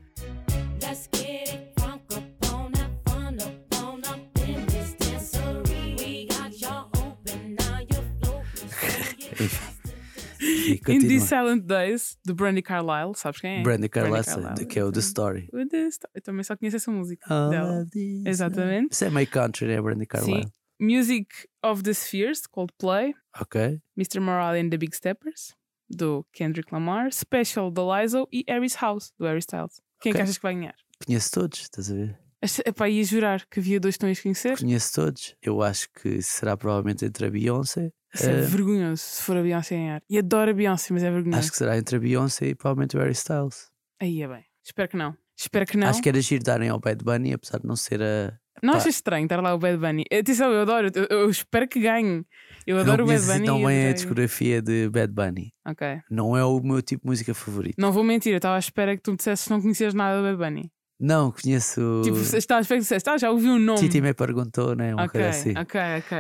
In These Silent Days, de Brandi Carlile, sabes quem é? Brandi Carlile, que é o The Story. Eu também só conheço essa música dela. Exatamente. Isso é meio country, né, Brandi Carlile? Sim. Music of the Spheres, Coldplay. Ok. Mr. Morale and the Big Steppers, do Kendrick Lamar. Special, do Lizzo. E Harry's House, do Harry Styles. Quem é que Ok. achas que vai ganhar? Conheço todos, estás a ver? Epá, ia jurar que havia 2 que estão a conhecer. Conheço todos. Eu acho que será provavelmente entre a Beyoncé. Isso é vergonhoso se for a Beyoncé ganhar. E adoro a Beyoncé, mas é vergonhoso. Acho que será entre a Beyoncé e provavelmente o Harry Styles. Aí é bem. Espero que não. Espero que não. Acho que era giro darem ao Bad Bunny, apesar de não ser a. Não Pá. achas estranho estar lá o Bad Bunny? Atenção, eu adoro. Eu espero que ganhe. Eu adoro o Bad Não Bunny. conheço e bem a adorei. discografia de Bad Bunny. Ok. Não é o meu tipo de música favorito. Não vou mentir, eu estava à espera que tu me dissesses que não conhecias nada do Bad Bunny. Não, conheço. Tipo, estava à espera que dissesse, já ouvi o nome. Titi me perguntou, né? Uma Ok, coisa assim. ok.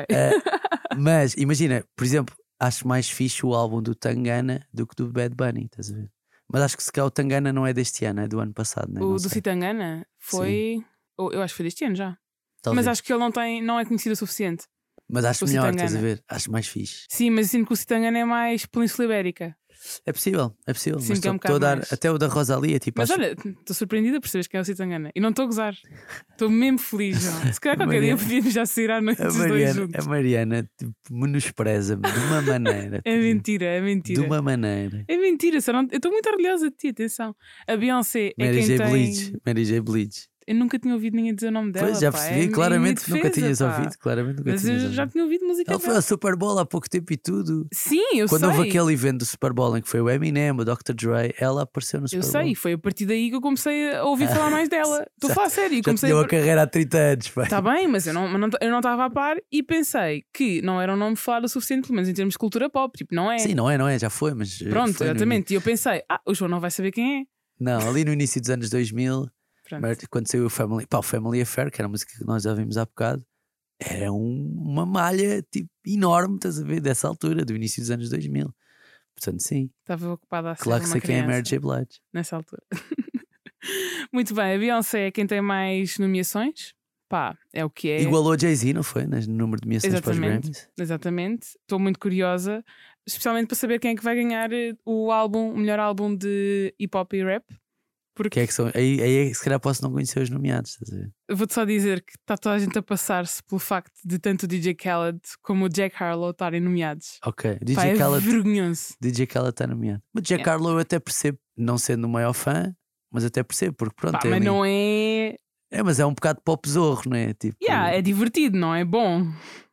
Mas imagina, por exemplo, acho mais fixe o álbum do Tangana do que do Bad Bunny, estás a ver? Mas acho que se calhar o Tangana não é deste ano, é do ano passado, né? O Não do sei. Citangana foi. Eu acho que foi deste ano já. Talvez. Mas acho que ele não é conhecido o suficiente. Mas acho o melhor, Citangana. estás a ver? Acho mais fixe. Sim, mas eu sinto que o Citangana é mais Península Ibérica. É possível, é possível. Sim, mas que é um estou a bocado dar. mais. Até o da Rosalia, tipo, Mas acho. olha, estou surpreendida por saberes quem é o Citangana. E não estou a gozar. Estou mesmo feliz, João. Se calhar qualquer dia Mariana. podíamos já sair à noite A os dois Mariana, juntos. a Mariana tipo, menospreza-me de uma maneira. É tipo, mentira, é mentira. De uma maneira. É mentira, só não... eu estou muito orgulhosa de ti, atenção. A Beyoncé é Mary quem J. tem. Bleach. Mary J. Bleach. Eu nunca tinha ouvido ninguém dizer o nome dela. Pois, já pá. percebi, É claramente em que nunca defesa, tinhas pá. ouvido. Claramente nunca Mas tinhas eu ouvido. já tinha ouvido música Ela foi dela. ao Super Bowl há pouco tempo e tudo. Sim, eu Quando sei. houve aquele evento do Super Bowl em que foi o Eminem, o Dr. Dre, ela apareceu no Super Eu Bowl. sei, foi a partir daí que eu comecei a ouvir falar mais dela. Estou a falar a sério. Já Comecei tinha a... uma carreira há 30 anos. Pá. Está bem, mas eu não estava a par e pensei que não era um nome falado o suficiente, pelo menos em termos de cultura pop. Tipo, não é. Sim, não é, já foi, mas. Pronto, foi no exatamente. E eu pensei, o João não vai saber quem é. Não, ali no início dos anos 2000, Pronto. quando saiu o Family Affair, que era a música que nós já vimos há bocado, era uma malha tipo enorme, estás a ver, dessa altura, do início dos anos 2000. Portanto, sim, Estava ocupada a ser claro que uma sei quem é Mary criança J. Blige. nessa altura. Muito bem, a Beyoncé é quem tem mais nomeações. Pá, é o que é. Igualou a Jay-Z, não foi? No número de nomeações para os Exatamente. Grammys. Exatamente. Estou muito curiosa, especialmente para saber quem é que vai ganhar o melhor álbum de hip hop e rap. Porque Que é que são? Aí se calhar posso não conhecer os nomeados, estás a ver? eu vou-te só dizer que está toda a gente a passar-se pelo facto de tanto o DJ Khaled como o Jack Harlow estarem nomeados. Ok, Pá, DJ é Khaled vergonhoso. está nomeado. Mas Jack Harlow eu até percebo, não sendo o maior fã, mas até percebo, porque pronto, Pá, é mas ali- não é. mas é um bocado pop zorro, não é? Tipo, É divertido, não é bom.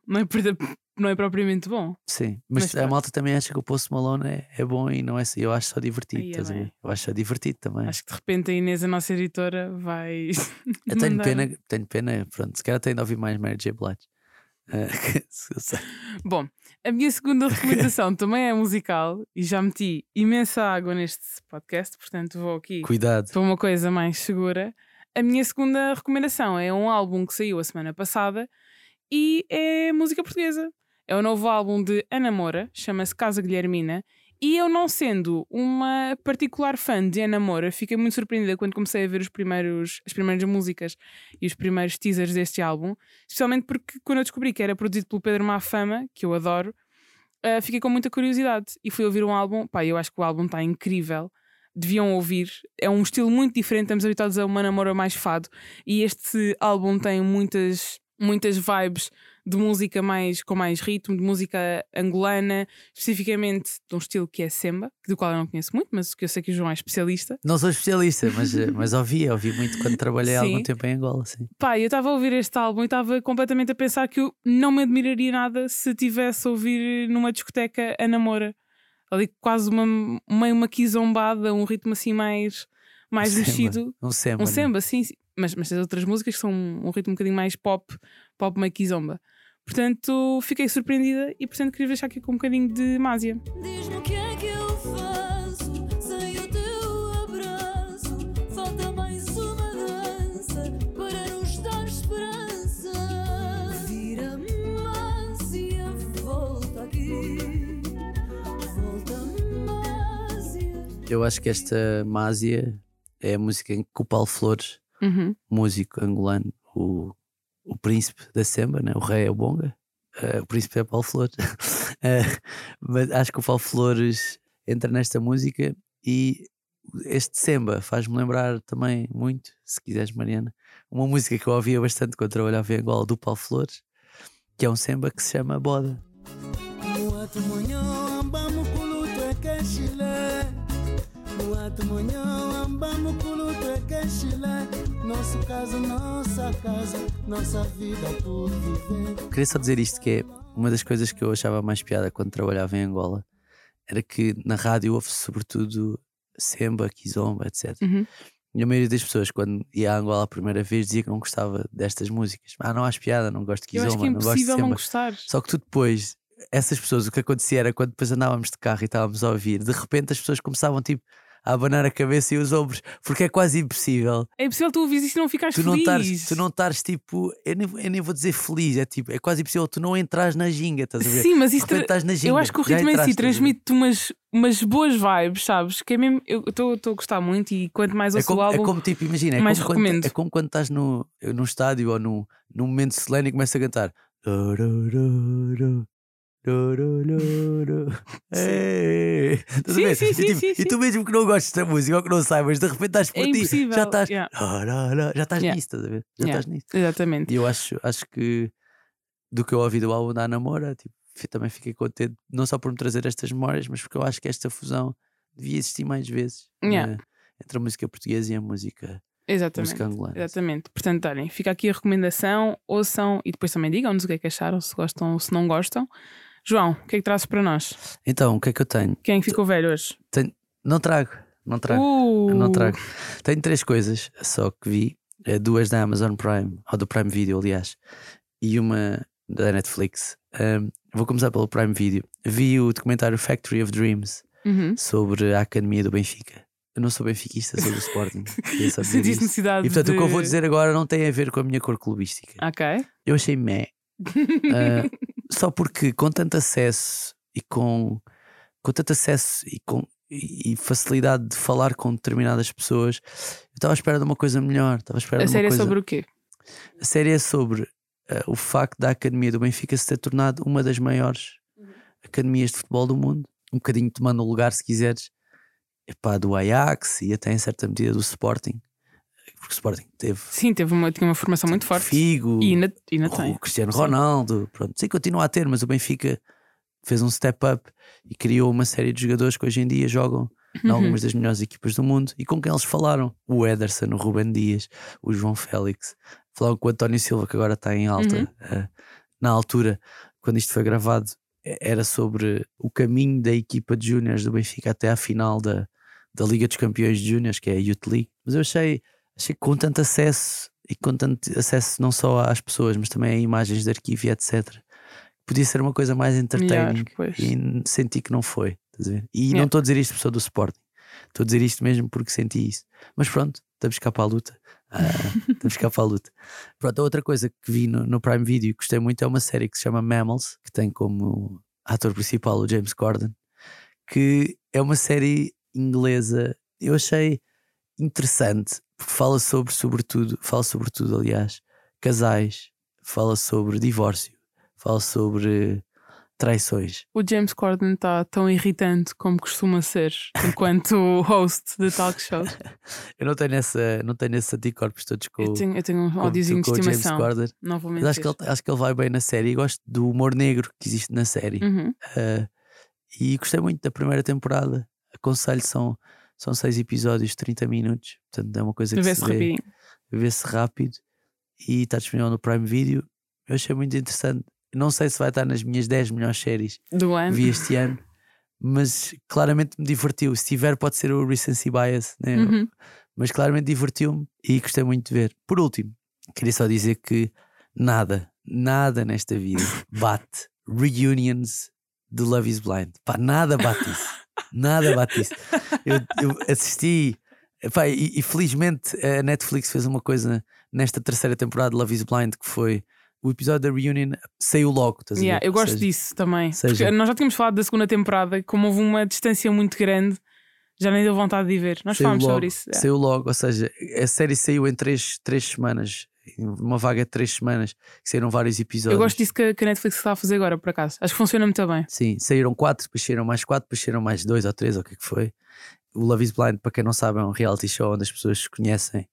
Não é propriamente bom. sim, mas Mas a pronto. malta também acha que o Post Malone é bom e não é. Eu acho só divertido, Aí é estás a bem. ver? Eu acho só divertido também. Acho que de repente a Inês, a nossa editora, vai. Eu tenho mandar- pena, pronto, se calhar tenho de ouvir mais Mary J. Blige. Se eu sei. Bom, a minha segunda recomendação também é musical e já meti imensa água neste podcast, portanto vou aqui Cuidado. para uma coisa mais segura. A minha segunda recomendação é um álbum que saiu a semana passada e é música portuguesa. É o novo álbum de Ana Moura, chama-se Casa Guilhermina. E eu, não sendo uma particular fã de Ana Moura, fiquei muito surpreendida quando comecei a ver as primeiras músicas e os primeiros teasers deste álbum, especialmente porque quando eu descobri que era produzido pelo Pedro Mafama, que eu adoro, fiquei com muita curiosidade e fui ouvir um álbum. Pá, eu acho que o álbum está incrível. Deviam ouvir, é um estilo muito diferente. Estamos habituados a uma Ana Moura mais fado e este álbum tem muitas vibes de música com mais ritmo, de música angolana, especificamente de um estilo que é semba, do qual eu não conheço muito, mas que eu sei que o João é especialista. Não sou especialista, mas ouvi muito quando trabalhei há Sim. algum tempo em Angola, sim. Pá, eu estava a ouvir este álbum e estava completamente a pensar que eu não me admiraria nada se tivesse a ouvir numa discoteca a Namora. Ali quase meio uma quizombada, um ritmo assim mais mexido. Um semba. Um né? semba, sim. Mas tens outras músicas que são um ritmo um bocadinho mais pop meio kizomba. Portanto, fiquei surpreendida e portanto queria deixar aqui com um bocadinho de Másia. Diz-me o que é que eu faço sem o teu abraço. Falta mais uma dança para nos dar esperança. Vira-me Másia, volta aqui. Volta-me Másia. Eu acho que esta Másia é a música em que o Paulo Flores, Uhum. músico angolano, o príncipe da semba, né? O rei é o Bonga, o príncipe é Paulo Flores. Mas acho que o Paulo Flores entra nesta música e este semba faz-me lembrar também muito, se quiseres, Mariana, uma música que eu ouvia bastante quando trabalhava em Angola, do Paulo Flores, que é um samba que se chama Boda. Nosso caso, nossa casa, nossa vida por viver. Queria só dizer isto, que é uma das coisas que eu achava mais piada quando trabalhava em Angola, era que na rádio ouve-se sobretudo semba, kizomba, etc. E a maioria das pessoas, quando ia a Angola a primeira vez, dizia que não gostava destas músicas. Não acho piada, não gosto de Eu acho kizomba, que é não gosto de impossível não semba. gostar. Só que tu depois, essas pessoas, o que acontecia era quando depois andávamos de carro e estávamos a ouvir, de repente as pessoas começavam tipo a abanar a cabeça e os ombros, porque é quase impossível. É impossível tu ouvires isto e não ficares Tu feliz. não estares tipo, eu nem vou dizer feliz, é tipo, é quase impossível tu não entrares na ginga, estás a ver? Sim, mas De isso repente estás na ginga, eu acho que o já ritmo em si entraste, estás a ver? transmite-te umas boas vibes, sabes? Que é mesmo, eu estou a gostar muito e quanto mais ouço o É álbum, como tipo, imagina, mais é recomendo. como quando estás num estádio ou num momento solene e começas a cantar. Ei, estás a ver? Sim, sim, E, tipo, sim, e tu mesmo que não gostes da música ou que não saibas, de repente estás por É ti, impossível, já estás, yeah. já estás Yeah. nisso, estás a ver? Já Yeah. estás nisso. Exatamente. E eu acho que do que eu ouvi do álbum da Namora, tipo, também fiquei contente, não só por me trazer estas memórias, mas porque eu acho que esta fusão devia existir mais vezes, Yeah. entre a música portuguesa e a música Exatamente. angolana. Exatamente. Portanto, olhem, fica aqui a recomendação, ouçam e depois também digam-nos o que é que acharam, se gostam ou se não gostam. João, o que é que trazes para nós? Então, o que é que eu tenho? Quem ficou velho hoje? Não trago. Não trago. Tenho 3 coisas só que vi, 2 da Amazon Prime, ou do Prime Video, aliás, e uma da Netflix. Vou começar pelo Prime Video. Vi o documentário Factory of Dreams sobre a Academia do Benfica. Eu não sou benfiquista, sou do Sporting. Queria só dizer Sentiste isso. necessidade E portanto, o que eu vou de- dizer agora não tem a ver com a minha cor clubística. Ok. Eu achei meh. Só porque com tanto acesso e com tanto acesso e facilidade de falar com determinadas pessoas, eu estava à espera de uma coisa melhor. Estava à espera A de uma série é coisa... sobre o quê? A série é sobre o facto da Academia do Benfica se ter tornado uma das maiores academias de futebol do mundo. Um bocadinho tomando o lugar, se quiseres, do Ajax e até em certa medida do Sporting. Porque o Sporting teve Sim, tinha uma formação muito forte. Figo, E ainda tem. o Cristiano Sim. Ronaldo, pronto, sim, continua a ter, mas o Benfica fez um step up e criou uma série de jogadores que hoje em dia jogam em algumas das melhores equipas do mundo e com quem eles falaram: o Ederson, o Ruben Dias, o João Félix, falaram com o António Silva, que agora está em alta. Na altura, quando isto foi gravado, era sobre o caminho da equipa de júniores do Benfica até à final da Liga dos Campeões de Júniores, que é a Youth League. Mas eu achei que com tanto acesso e com tanto acesso não só às pessoas, mas também a imagens de arquivo e etc, podia ser uma coisa mais entertaining. Melhor, pois. E senti que não foi, estás a ver? E não estou a dizer isto por pessoa do Sporting, estou a dizer isto mesmo porque senti isso. Mas pronto, estamos cá para a luta. Pronto, a outra coisa que vi no Prime Video e gostei muito é uma série que se chama Mammals, que tem como ator principal o James Corden, que é uma série inglesa. Eu achei interessante porque fala sobretudo, aliás, casais, fala sobre divórcio, fala sobre traições. O James Corden está tão irritante como costuma ser enquanto host de talk shows. Eu não tenho esses anticorpos todos com Eu tenho um com ódiozinho de o James estimação. Corden. Não vou Mas mentir. acho que ele vai bem na série e gosto do humor negro que existe na série. E gostei muito da primeira temporada. Aconselho, são 6 episódios de 30 minutos, portanto é uma coisa que Vê-se se rapidinho. vê-se rápido e está disponível no Prime Video. Eu achei muito interessante. Não sei se vai estar nas minhas 10 melhores séries Do que ano. vi este ano, mas claramente me divertiu. Se tiver, pode ser o recency bias, né? Mas claramente divertiu-me e gostei muito de ver. Por último, queria só dizer que nada nesta vida bate reunions de Love is Blind. Pá, nada bate isso. Nada bate isso. Eu assisti, pá, e felizmente a Netflix fez uma coisa nesta terceira temporada de Love is Blind, que foi o episódio da reunion saiu logo. Estás a ver? Eu Ou gosto seja, disso também. seja- Porque nós já tínhamos falado da segunda temporada e como houve uma distância muito grande, já nem deu vontade de ir ver. Nós saiu falámos logo, sobre isso. Saiu logo, ou seja, a série saiu em 3 semanas, em uma vaga de 3 semanas, que saíram vários episódios. Eu gosto disso que a Netflix está a fazer agora, por acaso. Acho que funciona muito bem. Sim, saíram 4, depois saíram mais 4, depois saíram mais 2 ou 3, ou o que é que foi. O Love is Blind, para quem não sabe, é um reality show onde as pessoas se conhecem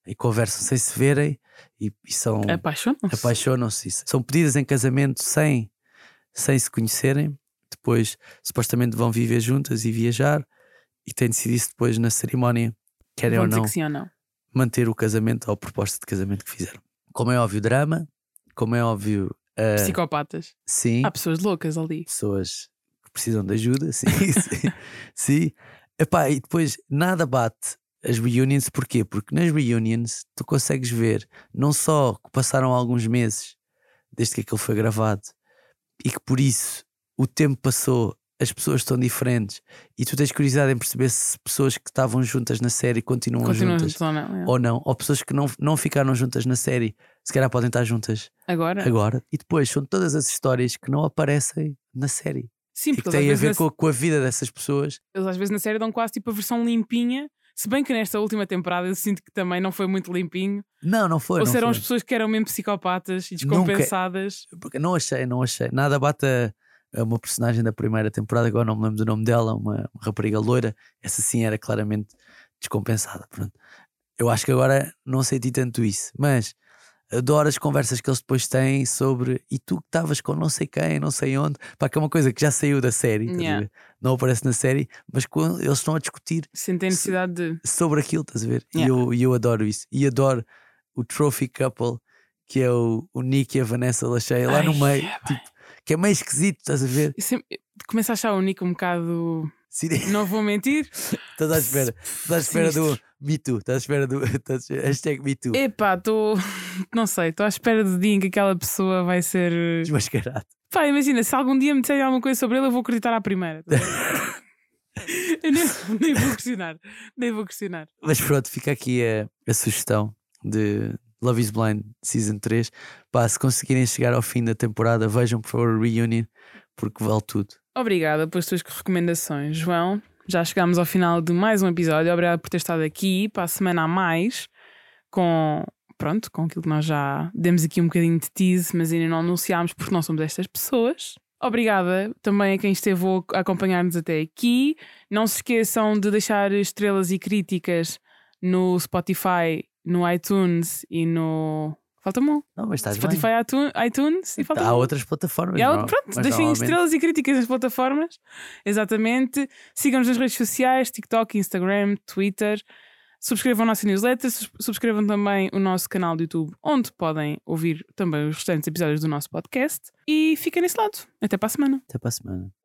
e conversam sem se verem e são apaixonam-se. São pedidas em casamento sem se conhecerem. Depois supostamente vão viver juntas e viajar e têm de decidir depois na cerimónia querem ou não, sim ou não manter o casamento ou a proposta de casamento que fizeram. Como é óbvio, drama, como é óbvio, psicopatas. Sim, Há pessoas loucas ali. pessoas que precisam de ajuda, sim, sim. Epá, e depois nada bate as reunions. Porquê? Porque nas reunions tu consegues ver não só que passaram alguns meses desde que aquilo foi gravado e que por isso o tempo passou, as pessoas estão diferentes e tu tens curiosidade em perceber se pessoas que estavam juntas na série continuam juntas ou não, ou pessoas que não ficaram juntas na série se calhar podem estar juntas agora. E depois são todas as histórias que não aparecem na série. Sim, e que têm a ver com a vida dessas pessoas. Eles às vezes na série dão quase tipo a versão limpinha. Se bem que nesta última temporada eu sinto que também não foi muito limpinho. Não foi. Ou serão as pessoas que eram mesmo psicopatas e descompensadas. Porque não achei. Nada bate a uma personagem da primeira temporada, agora não me lembro do nome dela, uma rapariga loira. Essa sim era claramente descompensada. Pronto. Eu acho que agora não senti tanto isso. Mas adoro as conversas que eles depois têm sobre e tu que estavas com não sei quem, não sei onde. Pá, que é uma coisa que já saiu da série. Yeah. Não aparece na série, mas quando eles estão a discutir sem ter necessidade de sobre aquilo, estás a ver? Yeah. E eu adoro isso. E adoro o trophy couple, que é o Nick e a Vanessa Lachey lá no meio, tipo, que é meio esquisito, estás a ver? Começo a achar o Nick um bocado. Não vou mentir. Estás à espera do Me Too. Estás à espera do hashtag Me Too. Epá, não sei, estou à espera do dia em que aquela pessoa vai ser desmascarado. Pá, imagina, se algum dia me disserem alguma coisa sobre ele, eu vou acreditar à primeira. Eu nem vou questionar. Mas pronto, fica aqui a sugestão de Love is Blind Season 3. Pá, se conseguirem chegar ao fim da temporada, vejam por favor o Reunion, porque vale tudo. Obrigada pelas tuas recomendações, João. Já chegámos ao final de mais um episódio. Obrigada por ter estado aqui para a semana a mais com aquilo que nós já demos aqui um bocadinho de tease, mas ainda não anunciámos porque não somos estas pessoas. Obrigada também a quem esteve a acompanhar-nos até aqui. Não se esqueçam de deixar estrelas e críticas no Spotify, no iTunes e no... Falta-me um. Não, mas estás Spotify, bem. iTunes e falta-me Há um. outras plataformas. Pronto, deixem estrelas e críticas nas plataformas. Exatamente. Sigam-nos nas redes sociais, TikTok, Instagram, Twitter. Subscrevam a nossa newsletter. Subscrevam também o nosso canal do YouTube, onde podem ouvir também os restantes episódios do nosso podcast. E fiquem nesse lado. Até para a semana. Até para a semana.